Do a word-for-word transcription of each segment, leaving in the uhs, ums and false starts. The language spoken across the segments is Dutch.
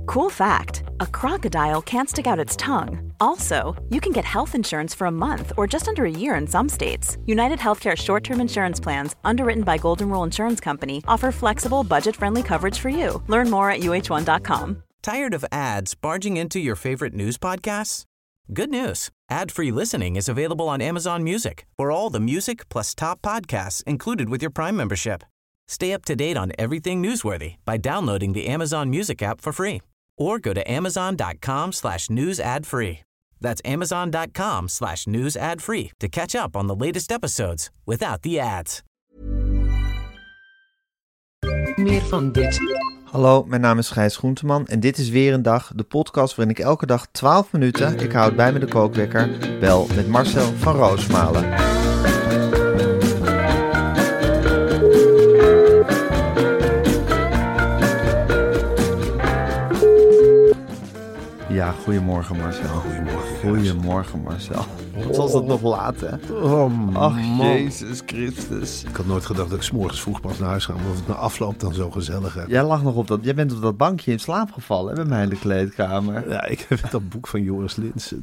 Cool fact, a crocodile can't stick out its tongue. Also, you can get health insurance for a month or just under a year in some states. United Healthcare short-term insurance plans, underwritten by Golden Rule Insurance Company, offer flexible, budget-friendly coverage for you. Learn more at U H one dot com. Tired of ads barging into your favorite news podcasts? Good news. Ad-free listening is available on Amazon Music for all the music plus top podcasts included with your Prime membership. Stay up to date on everything newsworthy by downloading the Amazon Music app for free or go to amazon.com slash news ad free. That's amazon.com slash news ad free to catch up on the latest episodes without the ads. Meer van dit. Hallo, mijn naam is Gijs Groenteman en dit is weer een dag, de podcast waarin ik elke dag twaalf minuten, ik houd bij me de kookwekker, bel met Marcel van Roosmalen. Ja, goedemorgen Marcel. Goedemorgen. Goedemorgen Marcel. Wat was dat nog laat, hè? Oh man. Ach, Jezus Christus. Ik had nooit gedacht dat ik 's morgens vroeg pas naar huis ga, omdat het na afloop dan zo gezellig heb. Jij lag nog op dat, jij bent op dat bankje in slaap gevallen, hè, bij mij in de kleedkamer. Ja, ik heb dat boek van Joris Linssen.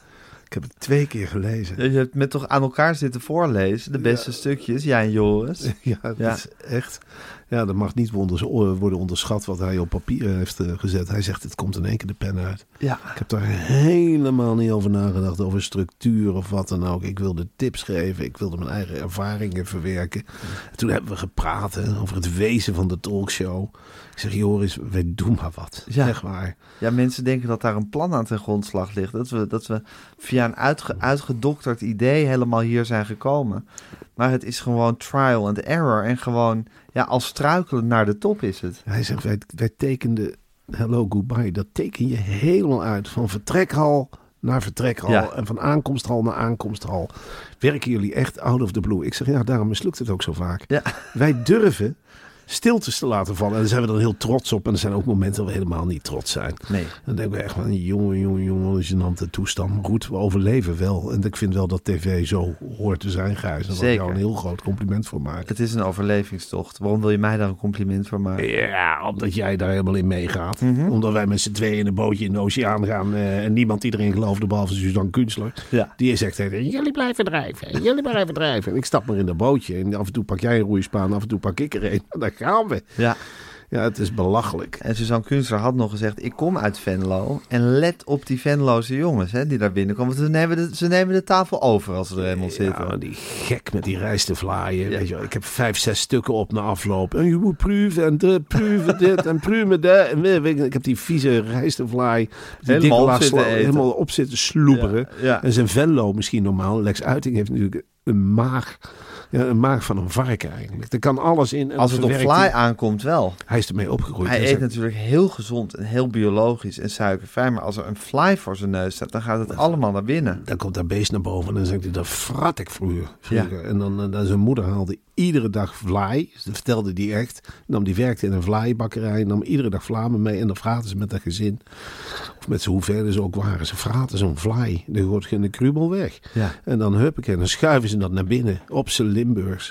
Ik heb het twee keer gelezen. Ja, je hebt met toch aan elkaar zitten voorlezen, de beste ja. stukjes, jij en Joris. Ja, dat ja. is echt... Ja, dat mag niet worden onderschat wat hij op papier heeft gezet. Hij zegt, het komt in één keer de pen uit. Ja. Ik heb daar helemaal niet over nagedacht, over structuur of wat dan ook. Ik wilde tips geven, ik wilde mijn eigen ervaringen verwerken. En toen hebben we gepraat hè, over het wezen van de talkshow. Ik zeg, Joris, wij doen maar wat. Ja. Echt waar. Ja, mensen denken dat daar een plan aan ten grondslag ligt. Dat we, dat we via een uitge, uitgedokterd idee helemaal hier zijn gekomen. Maar het is gewoon trial and error. En gewoon, ja, als struikelen naar de top is het. Hij zegt, wij, wij tekenden Hello Goodbye. Dat teken je helemaal uit. Van vertrekhal naar vertrekhal. Ja. En van aankomsthal naar aankomsthal. Werken jullie echt out of the blue? Ik zeg, ja, daarom mislukt het ook zo vaak. Ja. Wij durven stiltes te laten vallen. En daar zijn we dan heel trots op. En er zijn ook momenten dat we helemaal niet trots zijn. Nee. Dan denken we echt van, jongen, jongen, jongen, een gênante toestand. Maar goed, we overleven wel. En ik vind wel dat tv zo hoort te zijn, Gijs. Daar wil ik jou een heel groot compliment voor maken. Het is een overlevingstocht. Waarom wil je mij daar een compliment voor maken? Ja, omdat jij daar helemaal in meegaat. Mm-hmm. Omdat wij met z'n tweeën in een bootje in de oceaan gaan. Uh, en niemand iedereen geloofde, behalve Suzanne Kunstler. Ja. Die zegt, jullie blijven drijven. Jullie blijven drijven. En ik stap maar in dat bootje. En af en toe pak jij een roeispaan. Af en toe pak ik er een. En dan gaan we. Ja. Ja, het is belachelijk. En Suzanne Kunstler had nog gezegd, ik kom uit Venlo. En let op die Venloze jongens hè, die daar binnenkomen. Want ze nemen, de, ze nemen de tafel over als ze er eenmaal zitten. Ja, die gek met die rijst te vlaaien. Ja. Weet je wel. Ik heb vijf, zes stukken op na afloop. En je moet proeven en de, proeven dit en proeven dat. En ik heb die vieze rijst te vlaai. Helemaal op zitten sla- helemaal op zitten sloeperen. Ja, ja. En zijn Venlo misschien normaal. Lex Uiting heeft natuurlijk een maag... Ja, een maag van een varken eigenlijk. Er kan alles in. Als het op fly aankomt wel. Hij is ermee opgegroeid. Hij hij eet zegt, natuurlijk heel gezond en heel biologisch en suikervrij. Maar als er een fly voor zijn neus staat, dan gaat het allemaal naar binnen. Dan komt dat beest naar boven en dan zegt hij, dat frat ik vroeger. vroeger. Ja. En dan, dan zijn moeder haalde iedere dag vlaai. Dat vertelde die echt. Nam, die werkte in een vlaaibakkerij. Nam iedere dag vla mee. En dan vraten ze met dat gezin. Of met z'n hoeveel ze ook waren. Ze vraten zo'n vlaai. Dan gooit geen krubel weg. Ja. En dan hup ik en dan schuiven ze dat naar binnen. Op zijn Limburgs.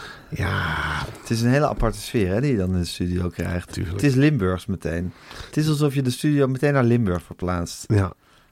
Ja. Het is een hele aparte sfeer hè, die je dan in de studio krijgt. Tuurlijk. Het is Limburgs meteen. Het is alsof je de studio meteen naar Limburg verplaatst. Ja.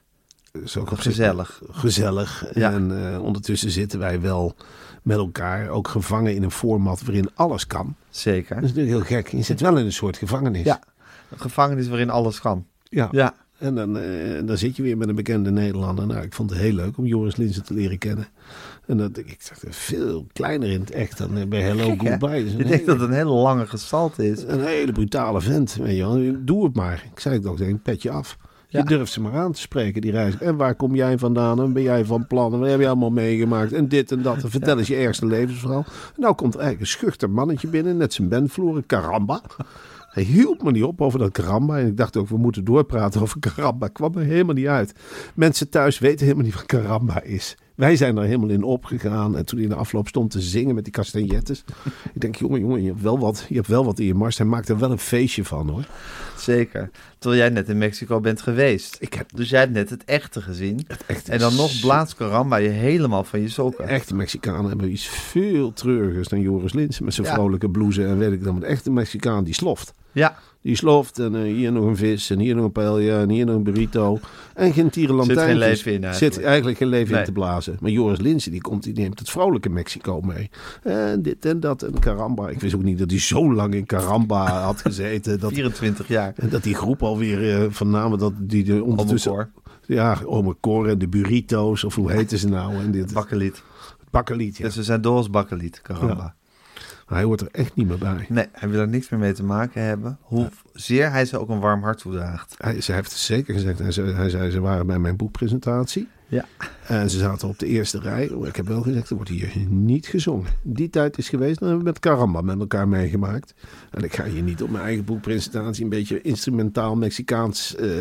Is ook gezellig. Gezellig. Ja. En uh, ondertussen zitten wij wel met elkaar ook gevangen in een format waarin alles kan. Zeker. Dat is natuurlijk heel gek. Je zit wel in een soort gevangenis. Ja, een gevangenis waarin alles kan. Ja. Ja. En dan, uh, dan zit je weer met een bekende Nederlander. Nou, ik vond het heel leuk om Joris Linssen te leren kennen. En dat, ik dacht, veel kleiner in het echt dan bij Hello Gek, Goodbye. Je denkt dat het een hele lange gestalte is. Een hele brutale vent. Weet je wel. Doe het maar. Ik zei het ook, een petje af. Je ja. durft ze maar aan te spreken, die reis. En waar kom jij vandaan? En ben jij van plan? En wat heb je allemaal meegemaakt? En dit en dat. En vertel eens je ergste levensverhaal. En nou komt er eigenlijk een schuchter mannetje binnen. Net zijn bandvloer, een karamba. Hij hield me niet op over dat karamba. En ik dacht ook, we moeten doorpraten over karamba. Kwam er helemaal niet uit. Mensen thuis weten helemaal niet wat karamba is. Wij zijn er helemaal in opgegaan. En toen hij in de afloop stond te zingen met die castagnettes. Ik denk, jongen, jongen, je hebt wel wat, je hebt wel wat in je mars. Hij maakt er wel een feestje van, hoor. Zeker. Terwijl jij net in Mexico bent geweest. Ik heb Dus jij hebt net het echte gezien. het echte En dan nog blaast Caramba je helemaal van je sokken. Echte Mexicanen hebben iets veel treurigers dan Joris Linssen met zijn Ja. vrolijke blouse en weet ik dan. Maar de echte Mexicaan die sloft. Ja, Die sloft en uh, hier nog een vis en hier nog een paella en hier nog een burrito. En geen tierenlantijntjes. Zit geen leven in eigenlijk. Zit eigenlijk geen leven Nee. in te blazen. Maar Joris Linssen die komt, die neemt het vrolijke Mexico mee. En dit en dat en Caramba. Ik wist ook niet dat hij zo lang in Caramba had gezeten. Dat, vierentwintig jaar. en dat die groep alweer uh, van name dat die de ondertussen... Ommekoor. Ja, Ome Cor en de burritos of hoe heten ze nou? En dit Bakkeliet. bakkeliet, ja. Dus we zijn door als bakkeliet, Caramba. Ja. Maar hij hoort er echt niet meer bij. Nee, hij wil er niks meer mee te maken hebben. Hoezeer hij ze ook een warm hart toedraagt. Hij, ze heeft het zeker gezegd. Hij zei, hij zei, ze waren bij mijn boekpresentatie. Ja. En ze zaten op de eerste rij. Ik heb wel gezegd, er wordt hier niet gezongen. Die tijd is geweest, dan hebben we met Caramba met elkaar meegemaakt. En ik ga hier niet op mijn eigen boekpresentatie een beetje instrumentaal Mexicaans... Uh,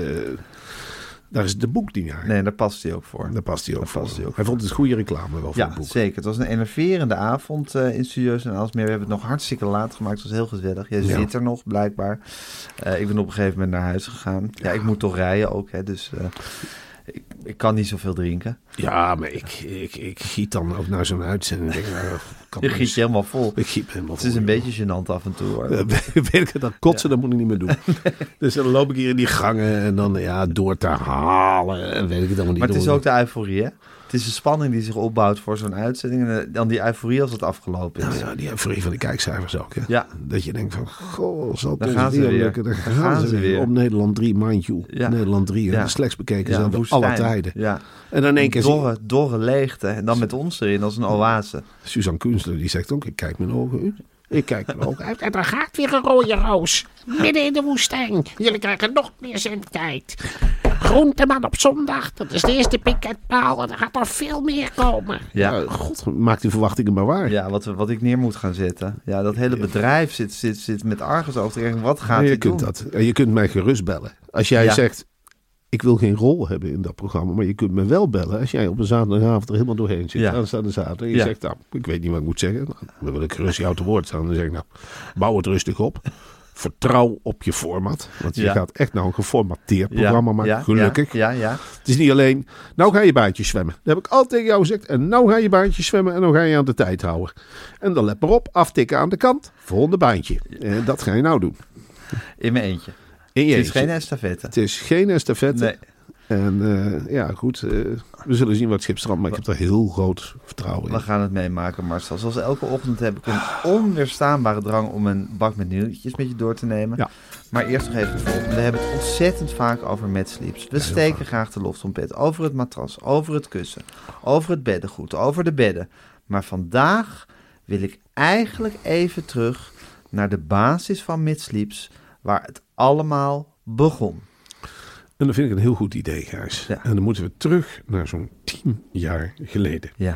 daar is de boekdienaar. Nee, daar past hij ook voor. Daar past hij ook Daar voor. past hij ook hij vond het goede reclame wel voor Ja, het boek. zeker. Het was een enerverende avond uh, in Studio's en Aalsmeer. We hebben het nog hartstikke laat gemaakt. Het was heel gezellig. Jij Ja. zit er nog, blijkbaar. Uh, ik ben op een gegeven moment naar huis gegaan. Ja, ik moet toch rijden ook, hè. Dus uh, ik, ik kan niet zoveel drinken. Ja, maar ik, ik, ik giet dan ook naar zo'n uitzending. Ik denk, nou, kan Je maar giet eens- je helemaal vol. Ik giet me helemaal Het is vol, een joh. beetje gênant af en toe, hoor. Uh, weet ik het, dat kotsen, dat moet ik niet meer doen. Dus dan loop ik hier in die gangen en dan ja, door te halen en weet ik het allemaal niet. Maar het is door. ook de euforie, hè? Het is de spanning die zich opbouwt voor zo'n uitzending. En dan die euforie als het afgelopen is. Nou ja, die euforie van de kijkcijfers ook. Hè? Ja. Dat je denkt van, goh, zal het Daar ons gaan ze weer weer. lukken? Daar Daar gaan, ze weer. Op Nederland drie, mind you. Ja. Nederland drie, Ja. de slechts bekeken Ja, zijn van woestijn. alle tijden. Ja. En dan in één keer zie je- Dorre, dorre leegte. En dan met ons erin als een oase. Suzanne Kunstler, die zegt ook, ik kijk mijn ogen uit. Ik kijk mijn ogen uit. En er gaat weer een rode roos. Midden in de woestijn. Jullie krijgen nog meer zendtijd. Groenteman op zondag. Dat is de eerste piketpaal. En er gaat er veel meer komen. Ja. Ja, God, maak die verwachtingen maar waar. Ja, wat, we- wat ik neer moet gaan zetten. Ja, dat hele bedrijf zit, zit, zit met Argus over te kijken. Wat gaat Maar hij je doen? kunt dat. En je kunt mij gerust bellen. Als jij Ja. zegt, ik wil geen rol hebben in dat programma, maar je kunt me wel bellen als jij op een zaterdagavond er helemaal doorheen zit. Ja. Aanstaande zaterdag. En je Ja. zegt, nou, ik weet niet wat ik moet zeggen. Nou, dan wil ik gerust jou te woord staan. Dan zeg ik, nou, bouw het rustig op. Vertrouw op je format. Want je Ja. gaat echt nou een geformateerd Ja, programma maken. ja, Gelukkig. Ja, ja, ja. Het is niet alleen, nou ga je baantjes zwemmen. Dat heb ik altijd tegen jou gezegd. En nou ga je baantjes zwemmen en nou ga je aan de tijd houden. En dan let maar op, aftikken aan de kant. Volgende baantje. En dat ga je nou doen. In mijn eentje. In je Het is eentje. geen estafette. Het is geen estafette. Nee. En uh, ja, goed. Uh, we zullen zien wat Schipstrand, maar ik heb er heel groot vertrouwen in. We gaan het meemaken, Marcel. Zoals elke ochtend heb ik een onweerstaanbare drang om een bak met nieuwtjes met je door te nemen. Ja. Maar eerst nog even het volgende. We hebben het ontzettend vaak over Mad Sleeps. We steken vaak. graag de loftrompet over het matras, over het kussen, over het beddengoed, over de bedden. Maar vandaag wil ik eigenlijk even terug naar de basis van Mad Sleeps, waar het allemaal begon. En dat vind ik een heel goed idee, Gijs. Ja. En dan moeten we terug naar zo'n tien jaar geleden. Ja.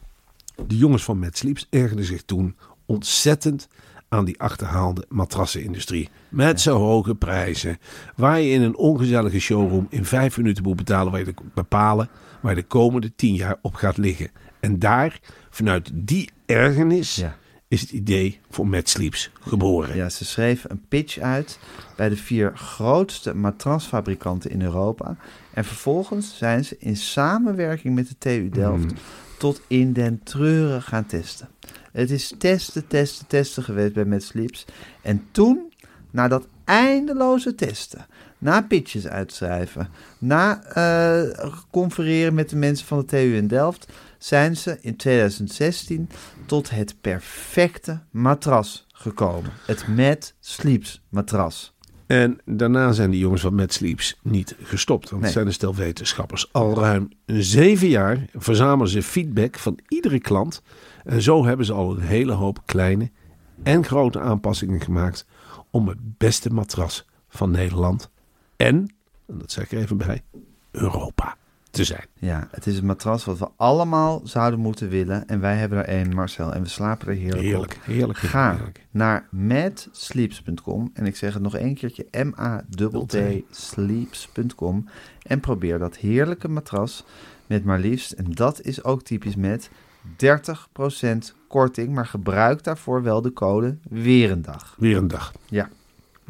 De jongens van Mad Sleeps ergerden zich toen ontzettend aan die achterhaalde matrassenindustrie. Met zo hoge prijzen. Waar je in een ongezellige showroom in vijf minuten moet betalen, waar je de, bepalen waar je de komende tien jaar op gaat liggen. En daar, vanuit die ergernis, Ja. is het idee voor Mad Sleeps geboren. Ja, ze schreven een pitch uit bij de vier grootste matrasfabrikanten in Europa. En vervolgens zijn ze in samenwerking met de T U Delft Mm. tot in den treuren gaan testen. Het is testen, testen, testen geweest bij Mad Sleeps. En toen, na dat eindeloze testen, na pitches uitschrijven, na uh, confereren met de mensen van de T U in Delft, zijn ze in tweeduizend zestien tot het perfecte matras gekomen. Het Mad Sleeps matras. En daarna zijn die jongens van Mad Sleeps niet gestopt. Want Nee. het zijn een stel wetenschappers. Al ruim zeven jaar verzamelen ze feedback van iedere klant. En zo hebben ze al een hele hoop kleine en grote aanpassingen gemaakt om het beste matras van Nederland en, en dat zeg ik er even bij, Europa te zijn. Ja, het is een matras wat we allemaal zouden moeten willen. En wij hebben er één, Marcel. En we slapen er heerlijk, Heerlijk, op. heerlijk, Ga heerlijk. naar mad sleeps punt com. En ik zeg het nog een keertje. M A T T sleeps punt com. En probeer dat heerlijke matras met maar liefst, en dat is ook typisch met dertig procent korting. Maar gebruik daarvoor wel de code weer een dag. Weer een dag. Ja.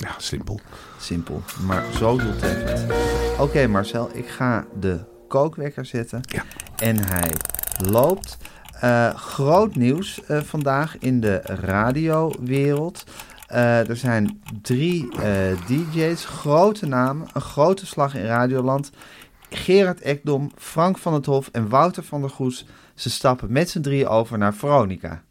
Ja, simpel. Simpel, maar zo doeltreffend. Oké okay, Marcel, ik ga de kookwekker zetten. Ja. En hij loopt. Uh, groot nieuws uh, vandaag in de radiowereld. Uh, er zijn drie uh, D J's, grote namen, een grote slag in Radioland. Gerard Ekdom, Frank van het Hof en Wouter van der Goes. Ze stappen met z'n drieën over naar Veronica.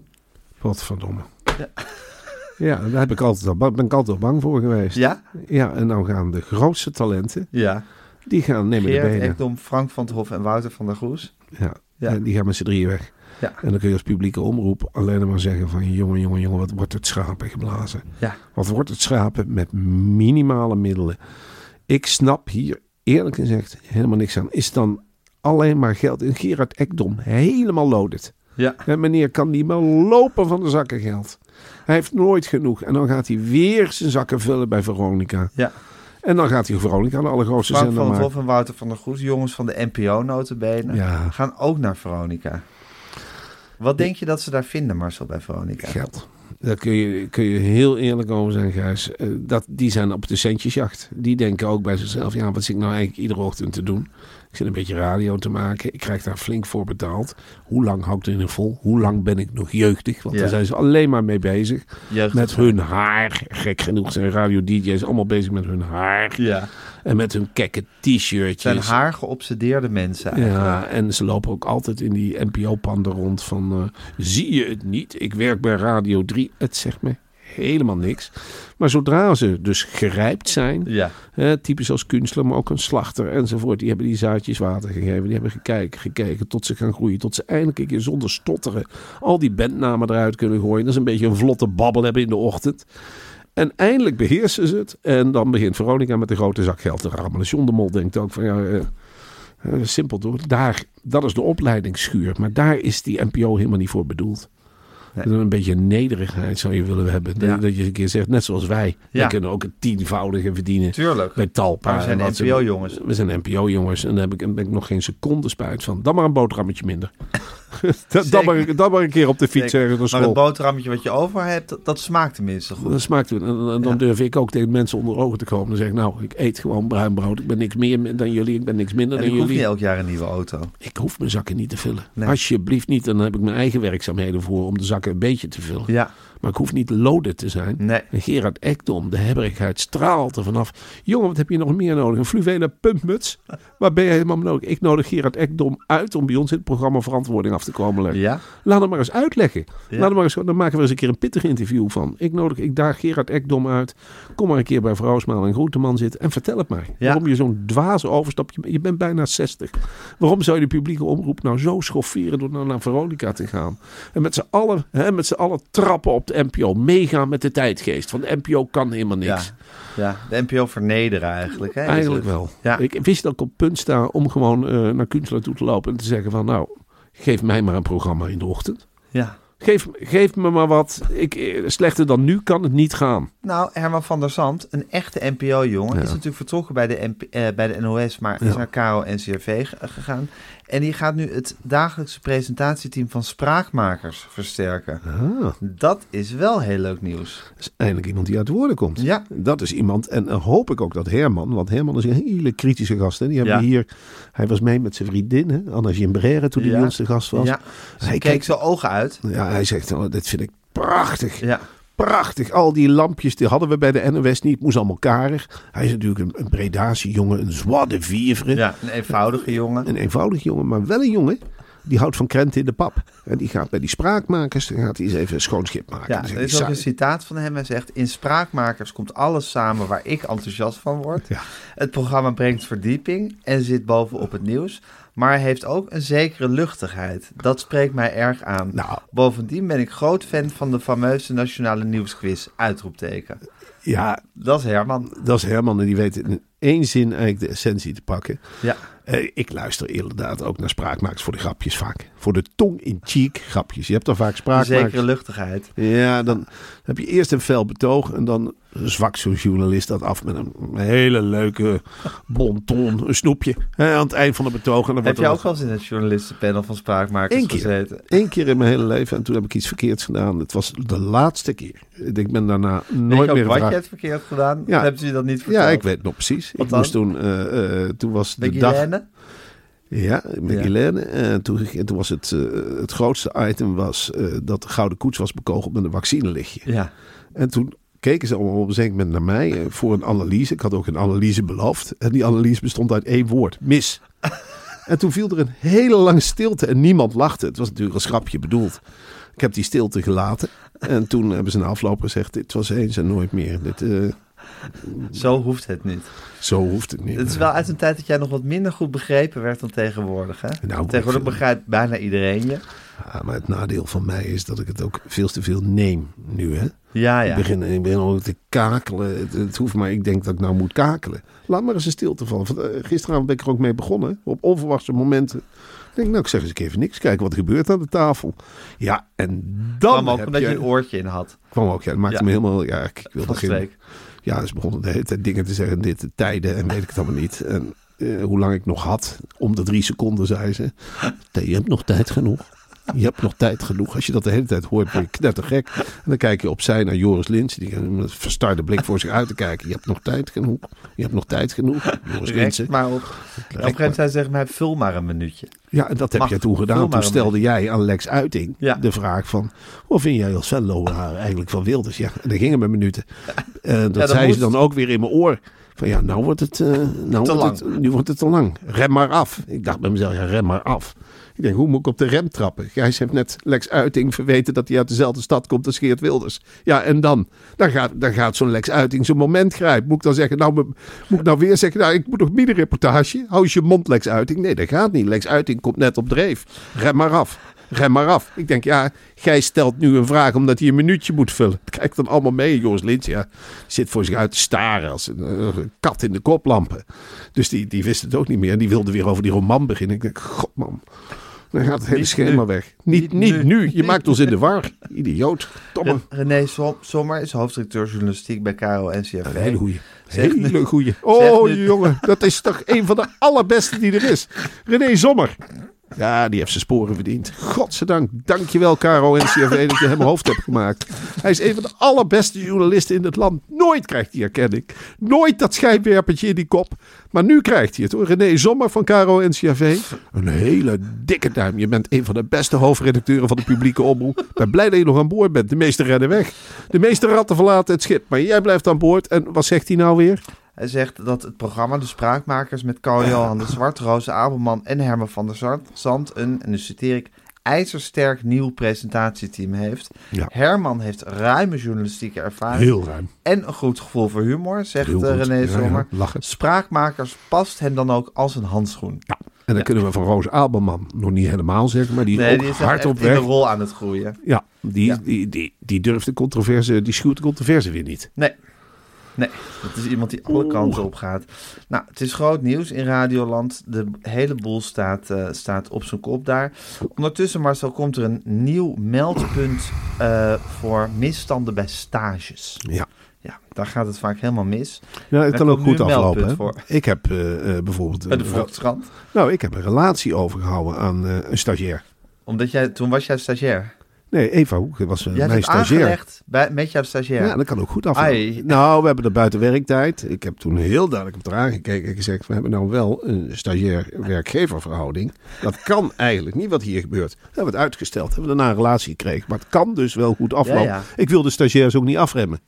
Wat verdomme. Ja. Ja, daar heb ik altijd al, ben ik altijd al bang voor geweest. Ja? Ja, en nou gaan de grootste talenten, ja. die gaan nemen Gerard de benen. Ekdom, Frank van het Hof en Wouter van der Goes. Ja, ja. En die gaan met z'n drieën weg. Ja. En dan kun je als publieke omroep alleen maar zeggen van... jongen, jongen, jongen, wat wordt het schrapen geblazen. Ja. Wat wordt het schrapen met minimale middelen. Ik snap hier eerlijk gezegd helemaal niks aan. Is dan alleen maar geld. En Gerard Ekdom helemaal loaded. Ja. En meneer kan niet meer lopen van de zakken geld. Hij heeft nooit genoeg. En dan gaat hij weer zijn zakken vullen bij Veronica. Ja. En dan gaat hij Veronica, de allergrootste Frank zender van het maken. Hof en Wouter van der Goes, jongens van de N P O notabene, ja. gaan ook naar Veronica. Wat denk je dat ze daar vinden, Marcel, bij Veronica? Geld. Daar kun je, kun je heel eerlijk over zijn, Gijs. Uh, dat, die zijn op de centjesjacht. Die denken ook bij zichzelf, ja, wat zit ik nou eigenlijk iedere ochtend te doen? Ik zit een beetje radio te maken. Ik krijg daar flink voor betaald. Hoe lang houdt het in vol? Hoe lang ben ik nog jeugdig? Want ja. daar zijn ze alleen maar mee bezig. Jeugdig. Met hun haar. Gek genoeg zijn radio-D J's allemaal bezig met hun haar. Ja. En met hun kekke t-shirtjes. Het zijn haar geobsedeerde mensen eigenlijk. Ja, en ze lopen ook altijd in die N P O-panden rond van... Uh, zie je het niet? Ik werk bij Radio drie. Het zegt me helemaal niks. Maar zodra ze dus gerijpt zijn... Ja. Hè, typisch als kunstler, maar ook een slachter enzovoort... die hebben die zaadjes water gegeven. Die hebben gekeken, gekeken tot ze gaan groeien. Tot ze eindelijk een keer zonder stotteren... al die bandnamen eruit kunnen gooien. Dat is een beetje een vlotte babbel hebben in de ochtend... En eindelijk beheersen ze het. En dan begint Veronica met de grote zak geld te rammelen. John de Mol denkt ook van ja, uh, uh, simpel door. Daar, dat is de opleidingsschuur. Maar daar is die N P O helemaal niet voor bedoeld. Nee. Dat is een beetje nederigheid zou je willen hebben. Ja. Dat je een keer zegt, net zoals wij. Ja. We kunnen ook het tienvoudige verdienen. Tuurlijk. Bij Talpa. We zijn N P O-jongens. We zijn N P O-jongens. En daar heb ik, ben ik nog geen seconde spijt van. Dan maar een boterhammetje minder. dat, dan, maar, dan maar een keer op de fiets ergens naar school. Maar het boterhammetje wat je over hebt, dat, dat smaakt tenminste goed. Dat smaakt goed. En, en dan ja. durf ik ook tegen mensen onder ogen te komen. Dan zeg ik, nou, ik eet gewoon bruin brood. Ik ben niks meer dan jullie. Ik ben niks minder en dan jullie. En ik hoef niet elk jaar een nieuwe auto. Ik hoef mijn zakken niet te vullen. Nee. Alsjeblieft niet. Dan heb ik mijn eigen werkzaamheden voor om de zakken een beetje te vullen. Ja. Maar ik hoef niet loaded te zijn. Nee. En Gerard Ekdom, de hebberigheid straalt er vanaf. Jongen, wat heb je nog meer nodig? Een fluwelen pumpmuts? Waar ben je helemaal nodig? Ik nodig Gerard Ekdom uit om bij ons in het programma verantwoording af te komen leggen. Ja. Laat hem maar eens uitleggen. Ja. Laat hem maar eens, dan maken we eens een keer een pittig interview van. Ik nodig, ik daag Gerard Ekdom uit. Kom maar een keer bij Vrouwsmaal en Groenteman zitten en vertel het mij. Ja. Waarom je zo'n dwaze overstap, je, je bent bijna zestig. Waarom zou je de publieke omroep nou zo schofferen door nou naar Veronica te gaan? En met z'n allen, hè, met z'n allen trappen op de N P O. Meegaan met de tijdgeest. Want de N P O kan helemaal niks. Ja, ja, de N P O vernederen eigenlijk. Hè, eigenlijk wel. Ja. Ik wist dat ik op het punt sta om gewoon uh, naar Kunstler toe te lopen en te zeggen van nou, geef mij maar een programma in de ochtend. Ja. Geef, geef me maar wat. Ik, slechter dan nu kan het niet gaan. Nou, Herman van der Zand, een echte N P O-jongen, ja. is natuurlijk vertrokken bij de, N P, uh, bij de N O S, maar is ja. naar K R O N C R V g- gegaan. En die gaat nu het dagelijkse presentatieteam van Spraakmakers versterken. Ah. Dat is wel heel leuk nieuws. Dat is eindelijk iemand die uit de woorden komt. Ja. Dat is iemand. En dan hoop ik ook dat Herman, want Herman is een hele kritische gast. Hè? Die hebben ja. we hier. Hij was mee met zijn vriendin, hè? Anna Gimbrère, toen hij ja. bij ons de gast was. Ja. Hij keek keek zijn ogen uit. Ja, hij zegt, oh, dit vind ik prachtig. Ja. Prachtig. Al die lampjes, die hadden we bij de N O S niet. Het moest allemaal karig. Hij is natuurlijk een, een Bredaanse jongen, een joie de vivre. Ja, een eenvoudige jongen. Een eenvoudige jongen, maar wel een jongen. Die houdt van krenten in de pap. En die gaat bij die spraakmakers, dan gaat hij eens even een schoon schip maken. Ja, er is ook een citaat van hem. Hij zegt, in Spraakmakers komt alles samen waar ik enthousiast van word. Ja. Het programma brengt verdieping en zit bovenop het nieuws. Maar heeft ook een zekere luchtigheid. Dat spreekt mij erg aan. Nou, Bovendien ben ik groot fan van de fameuze Nationale Nieuwsquiz. Uitroepteken. Ja, dat is Herman. Dat is Herman en die weet in één zin eigenlijk de essentie te pakken. Ja. Uh, ik luister inderdaad ook naar Spraakmakers voor de grapjes vaak. voor de tong in cheek grapjes. Je hebt dan vaak spraakmakers. Een zekere luchtigheid. Ja, dan heb je eerst een fel betoog en dan zwakt zo'n journalist dat af met een hele leuke bonton, een snoepje hè, aan het eind van de betoog. En dan heb wordt je er ook wel eens in het journalistenpanel van spraakmakers Eén keer. gezeten? Eén keer in mijn hele leven en toen heb ik iets verkeerds gedaan. Het was de laatste keer. Ik ben daarna nooit Weet je meer ook wat gevraagd. je hebt verkeerd gedaan? Ja. Hebben ze je dat niet verteld? Ja, ik weet het nog precies. Wat ik dan? moest toen, uh, uh, toen was de Met dag... Guilaine? Ja, met Ja. Guilaine. En toen, en toen was het, uh, het grootste item was uh, dat de Gouden Koets was bekogeld met een vaccinelichtje. Ja. En toen keken ze allemaal op een zeker moment naar mij uh, voor een analyse. Ik had ook een analyse beloofd. En die analyse bestond uit één woord. Mis. En toen viel er een hele lange stilte en niemand lachte. Het was natuurlijk een schrapje bedoeld. Ik heb die stilte gelaten. En toen hebben ze na afloop gezegd, dit was eens en nooit meer. Dit, uh, Zo hoeft het niet. Zo hoeft het niet. Het is wel uit een tijd dat jij nog wat minder goed begrepen werd dan tegenwoordig. Hè? Nou, tegenwoordig ik vind- begrijpt bijna iedereen je. Ja, maar het nadeel van mij is dat ik het ook veel te veel neem nu. Hè? Ja, ja. Ik begin, ik begin al te kakelen. Het, het hoeft maar, ik denk dat ik nou moet kakelen. Laat maar eens een stilte vallen. Want, uh, gisteravond ben ik er ook mee begonnen. Op onverwachte momenten. Ik denk, nou, ik zeg eens even niks. Kijken wat er gebeurt aan de tafel. Ja, en dan kwam ook heb omdat je je een oortje in had. kwam ook, ja, dat maakte Ja. me helemaal... Ja, ik, ik wilde Van geen... streek. Ja, ze begonnen de hele tijd dingen te zeggen. Dit, de tijden en weet ik het allemaal niet. En uh, hoe lang ik nog had. Om de drie seconden, zei ze. Je hebt nog tijd genoeg. Je hebt nog tijd genoeg. Als je dat de hele tijd hoort, word je knettergek. En dan kijk je opzij naar Joris Lints. Die met een verstarde blik voor zich uit te kijken. Je hebt nog tijd genoeg. Je hebt nog tijd genoeg. Joris Lints. Rek maar op. Op een gegeven moment zei ze tegen mij, vul maar een minuutje. Ja, en dat heb Mag, jij toen vul gedaan. maar Toen een stelde jij aan Lex Uiting Ja. de vraag van... Wat vind jij als Venlo eigenlijk van Wilders? Ja, en dan gingen we minuten. En dat dat zei moest. ze dan ook weer in mijn oor. Van ja, nou wordt het, uh, nou Te wordt het, nu wordt het te lang. Rem maar af. Ik dacht bij mezelf, ja, rem maar af. Ik denk, hoe moet ik op de rem trappen? Gijs heeft net Lex Uiting verweten dat hij uit dezelfde stad komt als Geert Wilders. Ja, en dan? Dan gaat, dan gaat zo'n Lex Uiting zo'n moment grijpen. Moet ik dan zeggen, nou, me- moet ik nou weer zeggen, nou, ik moet nog mini-reportage. Hou eens je mond, Lex Uiting. Nee, dat gaat niet. Lex Uiting komt net op dreef. Rem maar af. Rem maar af. Ik denk, ja, Gijs stelt nu een vraag omdat hij een minuutje moet vullen. Kijk dan allemaal mee. Joris Lints, ja, zit voor zich uit te staren als een, uh, een kat in de koplampen. Dus die, die wist het ook niet meer. En die wilde weer over die roman beginnen. Ik denk, god man, dan gaat het hele Niet schema nu. weg. Niet, Niet niet nu. nu. Je Niet maakt ons in de war. Idioot. Domme. René Som- Sommer is hoofdredacteur journalistiek bij K R O N C R V. Een hele goeie. Zeg nu- Hele goeie. zeg Oh, nu- jongen. Dat is toch een van de allerbeste die er is. René Sommer. Ja, die heeft zijn sporen verdiend. Godzijdank. Dankjewel, K R O en C R V, dat je hem hoofd hebt gemaakt. Hij is een van de allerbeste journalisten in het land. Nooit krijgt hij erkenning. Nooit dat schijnwerpertje in die kop. Maar nu krijgt hij het hoor. René Sommer van K R O en C R V. Een hele dikke duim. Je bent een van de beste hoofdredacteuren van de publieke omroep. Ik ben blij dat je nog aan boord bent. De meesten rennen weg. De meeste ratten verlaten het schip. Maar jij blijft aan boord. En wat zegt hij nou weer? Hij zegt dat het programma De Spraakmakers met Carl-Johan de Zwart, Roze Abelman en Herman van der Zand- Zand een, en nu citeer ik, ijzersterk nieuw presentatieteam heeft. Ja. Herman heeft ruime journalistieke ervaring Heel ruim. en een goed gevoel voor humor, zegt Heel eh, goed. René Ja, Sommer. ja, lachen. Spraakmakers past hem dan ook als een handschoen. Ja. En dan kunnen we van Roos Abelman nog niet helemaal zeggen, maar die is Nee, ook die is hard echt op in de weg. rol aan het groeien. Ja, die, Ja. Die, die, die durft de controverse, die schuwt de controverse weer niet. Nee. Nee, dat is iemand die alle kanten op gaat. Nou, het is groot nieuws in Radioland. De hele boel staat, uh, staat op zijn kop daar. Ondertussen, Marcel, komt er een nieuw meldpunt uh, voor misstanden bij stages. Ja. Ja, daar gaat het vaak helemaal mis. Ja, het Daar kan ook komt nu goed een aflopen. meldpunt Hè? voor. Ik heb uh, uh, bijvoorbeeld... Bij de uh, Volkskrant. nou, ik heb een relatie overgehouden aan uh, een stagiair. Omdat jij, toen was jij stagiair. Nee, Eva Hoek was uh, Jij mijn hebt het stagiair. aangelegd bij, met jouw stagiair. Ja, dat kan ook goed aflopen. Ai. Nou, we hebben er buiten werktijd. Ik heb toen heel duidelijk op eraan gekeken en gezegd, we hebben nou wel een stagiair-werkgeververhouding. Dat kan eigenlijk niet wat hier gebeurt. We hebben het uitgesteld, hebben we daarna een relatie gekregen. Maar het kan dus wel goed aflopen. Ja, ja. Ik wil de stagiairs ook niet afremmen.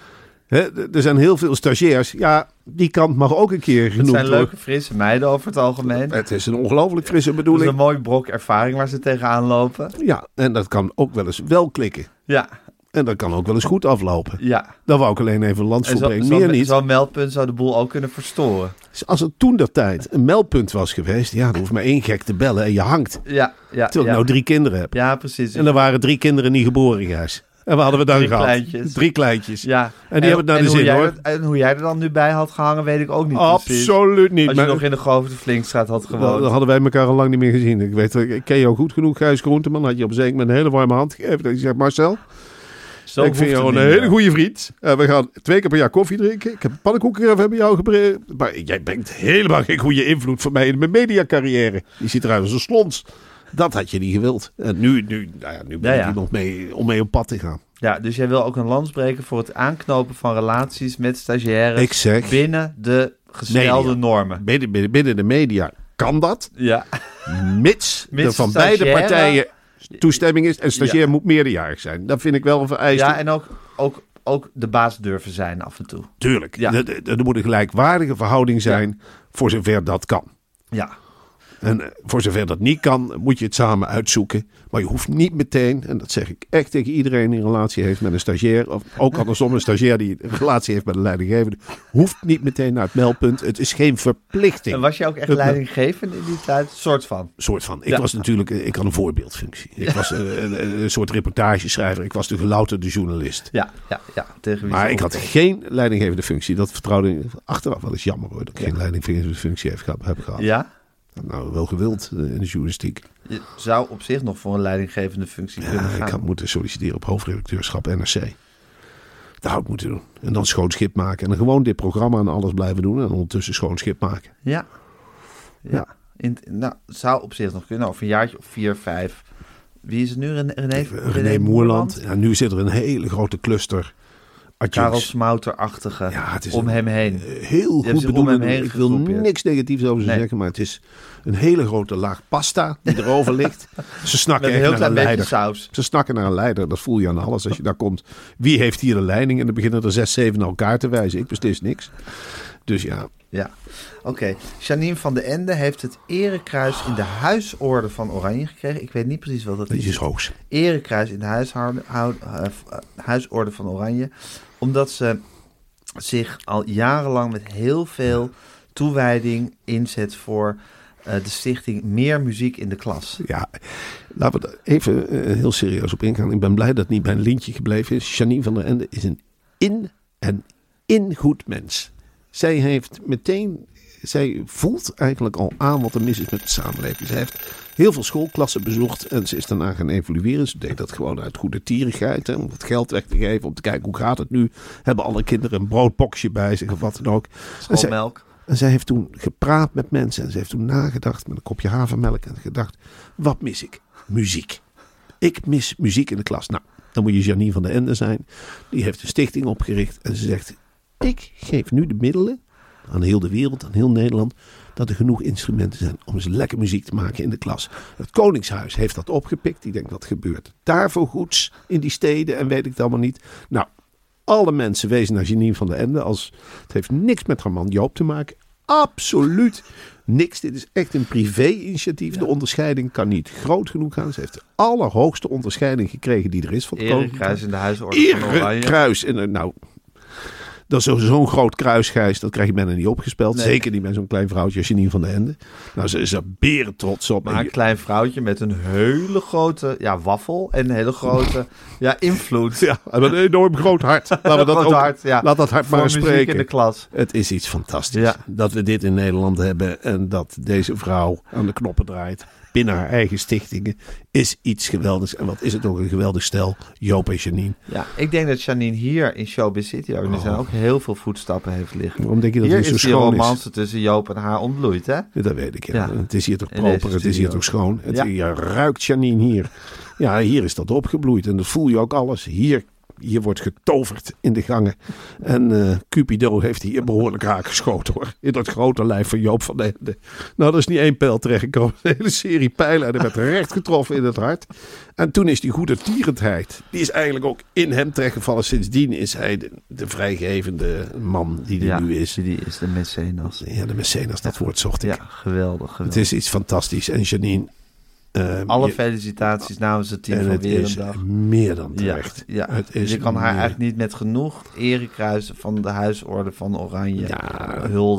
Hè, d- er zijn heel veel stagiairs. Ja, die kant mag ook een keer Het genoemd zijn worden. leuke, frisse meiden over het algemeen. Het is een ongelooflijk frisse Dat is bedoeling. een mooi brok ervaring waar ze tegenaan lopen. Ja, en dat kan ook wel eens wel klikken. Ja, En dat kan ook wel eens goed aflopen. ja. Dan wou ik alleen even een lans En voor zo, brengen. zo, Meer niet. zo'n meldpunt zou de boel ook kunnen verstoren. Dus als er toen der tijd een meldpunt was geweest, ja, dan hoeft maar één gek te bellen en je hangt. Ja, ja, Terwijl ja. ik nou drie kinderen heb. Ja, precies. En er waren drie kinderen niet geboren, Gijs. En wat hadden we dan Drie gehad? kleintjes. Drie kleintjes. Ja. En die hebben het naar de hoe zin, jij hoor. er- en hoe jij er dan nu bij had gehangen, weet ik ook niet precies. Absoluut niet. Als je Maar nog in de Govert de Flinkstraat had dan, gewoond. dan hadden wij elkaar al lang niet meer gezien. Ik weet, ik ken jou goed genoeg, Gijs Groenteman. Had je op een zeker moment een hele warme hand gegeven. Dat je zegt, Marcel, Zo ik hoeft vind het jou een niet hele meer. goede vriend. Uh, we gaan twee keer per jaar koffie drinken. Ik heb pannenkoeken bij jou gebreken. Maar jij brengt helemaal geen goede invloed voor mij in mijn mediacarrière. Je ziet eruit als een slons. Dat had je niet gewild. En nu, nu, nou ja, nu ben Ja, ik ja. iemand mee om mee op pad te gaan. Ja, dus jij wil ook een lans breken voor het aanknopen van relaties met stagiaires Ik zeg, binnen de gestelde Media. normen. binnen, binnen, binnen de media kan dat. Ja, Mits, Mits er van stagiaire- beide partijen toestemming is. En stagiair Ja. moet meerderjarig zijn. Dat vind ik wel een vereiste. ja en ook, ook, ook de baas durven zijn af en toe. Tuurlijk. Ja. Er, er- er moet een gelijkwaardige verhouding zijn voor zover dat kan. Ja, En eh, voor zover dat niet kan, moet je het samen uitzoeken. Maar je hoeft niet meteen, en dat zeg ik echt tegen iedereen die een relatie heeft met een stagiair, of ook andersom een stagiair die een relatie heeft met een leidinggevende, hoeft niet meteen naar het meldpunt. Het is geen verplichting. en was je ook echt Het- leidinggevend in die tijd? Soort van. Soort van. Ik Ja. was natuurlijk, eh, ik had een voorbeeldfunctie. Ik was een, een, een soort reportageschrijver. Ik was de gelouterde journalist. Ja, ja, ja. Tegen wie Maar ze ik had opkeek. geen leidinggevende functie. Dat vertrouwde ik achteraf wel eens jammer hoor. Dat ik geen leidinggevende functie heb, gehad- heb gehad. Ja? Nou, wel gewild eh, in de journalistiek. Je zou op zich nog voor een leidinggevende functie kunnen Ja, gaan. ik had moeten solliciteren op hoofdredacteurschap N R C. Dat had ik moeten doen. En dan schoon schip maken. En dan gewoon dit programma en alles blijven doen. En ondertussen schoon schip maken. Ja. Ja. Ja. In, nou, het zou op zich nog kunnen. Over een jaartje of vier, vijf. Wie is het nu? René, René, René, René Moerland. Ja, nu zit er een hele grote cluster. Karel adjuncts. Smouter-achtige Ja, het is om een- hem heen. Eh, Heel zich goed om bedoeld. hem heen Ik wil gegroepeerd. niks negatiefs over ze Nee. zeggen. Maar het is een hele grote laag pasta die erover ligt. Ze snakken Met een echt heel naar klein een beetje leider. saus. Ze snakken naar een leider. Dat voel je aan alles als je daar komt. Wie heeft hier de leiding? En dan beginnen er zes, zeven naar elkaar te wijzen. Ik beslis niks. Dus ja, Ja, oké. Janine van de Ende heeft het erekruis in de huisorde van Oranje gekregen. Ik weet niet precies wat dat dat is. is hoogst. Erekruis in de huishouden, hou- eh, eh, huisorde van Oranje. Omdat ze zich al jarenlang met heel veel toewijding inzet voor eh, de stichting Meer Muziek in de Klas. Ja, laten we er even eh, heel serieus op ingaan. Ik ben blij dat het niet bij een lintje gebleven is. Janine van der Ende is een in- en in goed mens. Zij heeft meteen, zij voelt eigenlijk al aan wat er mis is met de samenleving. Zij heeft heel veel schoolklassen bezocht en ze is daarna gaan evalueren. Ze deed dat gewoon uit goede tierigheid, hè, om wat geld weg te geven, om te kijken hoe gaat het nu. Hebben alle kinderen een broodboxje bij zich of wat dan ook. En zij, Schoolmelk. en zij heeft toen gepraat met mensen en ze heeft toen nagedacht met een kopje havermelk en gedacht, wat mis ik? Muziek. Ik mis muziek in de klas. Nou, dan moet je Janine van der Ende zijn. Die heeft een stichting opgericht en ze zegt, ik geef nu de middelen aan heel de wereld, aan heel Nederland, dat er genoeg instrumenten zijn om eens lekker muziek te maken in de klas. Het Koningshuis heeft dat opgepikt. Die denkt, wat gebeurt daarvoor goeds in die steden en weet ik het allemaal niet. Nou, alle mensen wezen naar Janine van der Ende als het heeft niks met haar man Joop te maken. Absoluut niks. Dit is echt een privé-initiatief. De onderscheiding kan niet groot genoeg gaan. Ze heeft de allerhoogste onderscheiding gekregen die er is van het Erekruis Koningshuis. in de huisorde van Oranje. Erekruis. En eh, nou, dat is zo- zo'n groot kruis, Gijs, dat krijg je bijna niet opgespeld. Nee. Zeker niet met zo'n klein vrouwtje als Janine van der Ende. Nou, ze is er beren trots op. Maar En een je- klein vrouwtje met een hele grote ja, waffel en een hele grote ja, invloed. Ja, en een enorm groot hart. Laten we dat Groot ook, hart, ja. laat dat hart Voor maar eens muziek spreken. in de klas. Het is iets fantastisch. Ja. Dat we dit in Nederland hebben en dat deze vrouw aan de knoppen draait binnen haar eigen stichtingen is iets geweldigs. En wat is het ook een geweldig stel, Joop en Janine. Ja, ik denk dat Janine hier in Showbiz City ook, er zijn ook heel veel voetstappen heeft liggen. Waarom denk je dat Hier het zo is die schoon romance tussen Joop en haar ontbloeid, hè? is? Dat weet ik, ja. Ja. Het is hier toch In proper, deze het is hier studio. toch schoon. Het, Ja. Je ruikt Janine hier. Ja, hier is dat opgebloeid en dat voel je ook alles. Hier, hier wordt getoverd in de gangen. En eh, Cupido heeft hier behoorlijk raak geschoten hoor. In dat grote lijf van Joop van den Ende. Nou, er is niet één pijl terechtgekomen. Een hele serie pijlen en hij werd recht getroffen in het hart. En toen is die goede tierendheid, die is eigenlijk ook in hem terechtgevallen. Sindsdien is hij de, de vrijgevende man die er Ja, nu is. die is de mecenas. Ja, de mecenas, dat woord zocht ik. Ja, geweldig, geweldig. Het is iets fantastisch. En Janine... eh, Alle je- felicitaties namens het team en van het is Weerendag. meer dan Ja, terecht. ja. Het is je kan haar meer- eigenlijk niet met genoeg erekruisen van de huisorde van Oranje Ja. huldigen.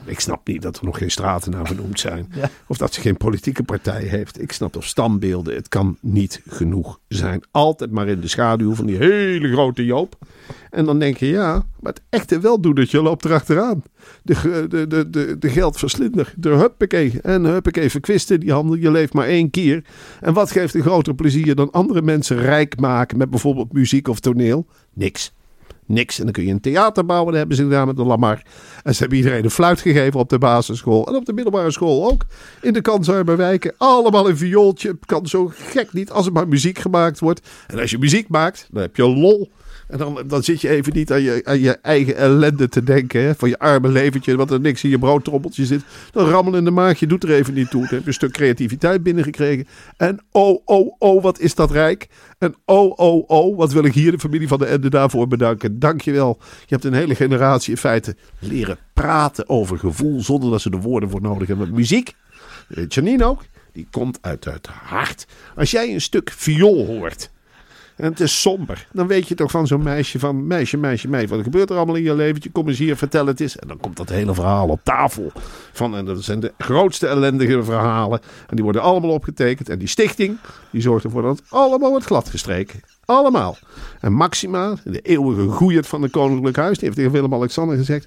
Ik snap niet dat er nog geen straten naar vernoemd zijn. Ja. Of dat ze geen politieke partij heeft. Ik snap toch standbeelden. Het kan niet genoeg zijn. Altijd maar in de schaduw van die hele grote Joop. En dan denk je, ja, maar het echte weldoenertje loopt erachteraan. De, de, de, de, de geldverslinder. De huppakee. En huppakee verkwisten die handel. Je leeft maar één keer. En wat geeft een groter plezier dan andere mensen rijk maken met bijvoorbeeld muziek of toneel? Niks. Niks. En dan kun je een theater bouwen. Dat hebben ze gedaan met de Lamar. En ze hebben iedereen een fluit gegeven op de basisschool. En op de middelbare school ook. In de kansarme wijken. Allemaal een viooltje. Het kan zo gek niet als er maar muziek gemaakt wordt. En als je muziek maakt, dan heb je lol. En dan, dan zit je even niet aan je, aan je eigen ellende te denken. Hè? Van je arme leventje, wat er niks in je broodtrommeltje zit. Dan rammel in de maag, je doet er even niet toe. Dan heb je een stuk creativiteit binnengekregen. En oh, oh, oh, wat is dat rijk. En oh, oh, oh, wat wil ik hier de familie van de Ende daarvoor bedanken. Dankjewel. Je hebt een hele generatie in feite leren praten over gevoel. Zonder dat ze de woorden voor nodig hebben. Muziek, Janine ook, die komt uit het hart. Als jij een stuk viool hoort... En het is somber. Dan weet je toch van zo'n meisje van meisje, meisje, meisje. Wat gebeurt er allemaal in je leventje? Kom eens hier, vertel het eens. En dan komt dat hele verhaal op tafel. Van, en dat zijn de grootste ellendige verhalen. En die worden allemaal opgetekend. En die stichting, die zorgt ervoor dat het allemaal wordt gladgestreken. Allemaal. En Maxima, de eeuwige goeierd van het Koninklijk Huis, die heeft tegen Willem-Alexander gezegd...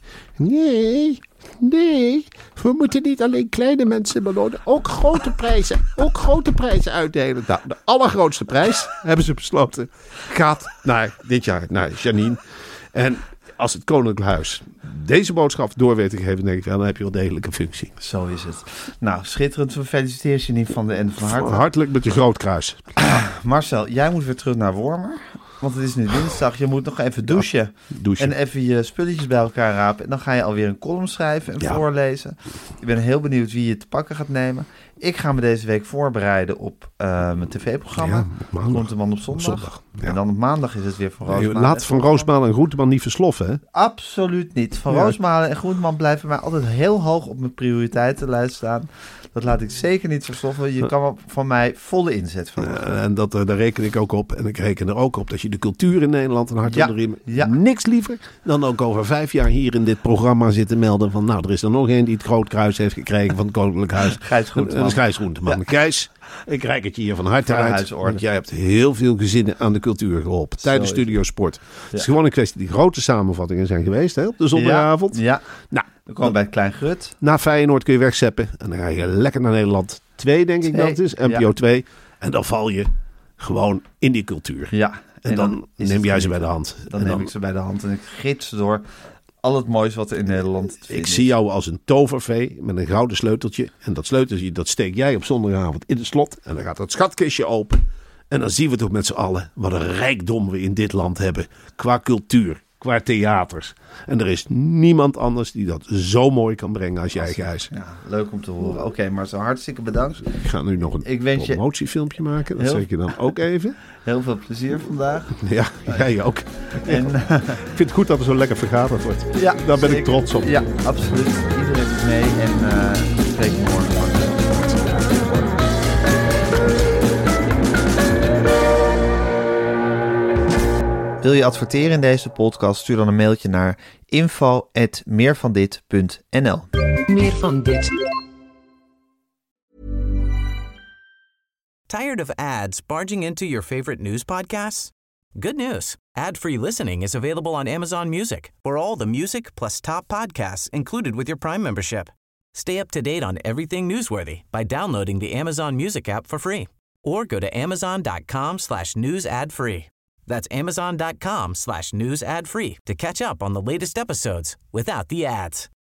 Nee, nee, we moeten niet alleen kleine mensen belonen, ook grote prijzen, ook grote prijzen uitdelen. Nou, de allergrootste prijs, hebben ze besloten, gaat naar dit jaar, naar Janine. En als het Koninklijk Huis deze boodschap door weet te geven, denk ik wel, dan heb je wel degelijk een functie. Zo is het. Nou, schitterend. We feliciteren Janine van de Ende van harte. Hartelijk met je groot kruis. Marcel, jij moet weer terug naar Wormer. Want het is nu dinsdag. Je moet nog even douchen. Ja, douchen. En even je spulletjes bij elkaar rapen. En dan ga je alweer een column schrijven en ja. voorlezen. Ik ben heel benieuwd wie je te pakken gaat nemen. Ik ga me deze week voorbereiden op uh, mijn tv-programma. Ja, Groenteman op zondag. zondag ja. En dan op maandag is het weer Van Roosmalen. Laat Van Roosmalen en Groenteman niet versloffen, hè? Absoluut niet. Van ja. Roosmalen en Groenteman blijven mij altijd heel hoog op mijn prioriteitenlijst staan. Dat laat ik zeker niet versloffen. Je kan van mij volle inzet van. Ja, en dat, daar reken ik ook op. En ik reken er ook op dat je de cultuur in Nederland een hart ja. onder de riem. Ja. Niks liever dan ook over vijf jaar hier in dit programma zitten melden van... Nou, er is er nog één die het Groot Kruis heeft gekregen van het Koninklijk Huis. Gijs Groenteman. Dat is Gijs Groenteman. Ja. Gijs, ik reik het je hier van harte uit. Want jij hebt heel veel gezinnen aan de cultuur geholpen. Tijdens Studio Sport. Ja. Het is gewoon een kwestie die grote samenvattingen zijn geweest hè, op de zondagavond. Ja. ja. Nou, dan kwam bij Klein Grut. Na Feyenoord kun je wegzeppen. En dan ga je lekker naar Nederland twee, denk ik twee. dat het is. N P O ja. twee. En dan val je gewoon in die cultuur. Ja. En, en dan, dan neem jij ze bij de hand. Dan, dan neem ik ze bij de hand en ik gids ze door al het moois wat er in Nederland te Ik zie jou als een tovervee met een gouden sleuteltje. En dat sleuteltje, dat steek jij op zondagavond in het slot. En dan gaat dat schatkistje open. En dan zien we toch met z'n allen wat een rijkdom we in dit land hebben. Qua cultuur, qua theaters. En er is niemand anders die dat zo mooi kan brengen als jij, Gijs. Ja, leuk om te horen. Oké, okay, maar zo hartstikke bedankt. Ik ga nu nog een ik wens promotiefilmpje maken. Dat heel, zeg je dan ook even. Heel veel plezier vandaag. Ja, jij ook. En, uh, ik vind het goed dat er zo lekker vergaderd wordt. Ja, daar ben ik trots op. Ja, absoluut. Iedereen is mee en uh, ik spreek je morgen. Wil je adverteren in deze podcast? Stuur dan een mailtje naar info at meervandit punt n l. Meer van dit. Tired of ads barging into your favorite news podcasts? Good news. Ad-free listening is available on Amazon Music for all the music plus top podcasts included with your Prime membership. Stay up to date on everything newsworthy by downloading the Amazon Music app for free or go to amazon.com slash news ad free. That's amazon.com slash news ad free to catch up on the latest episodes without the ads.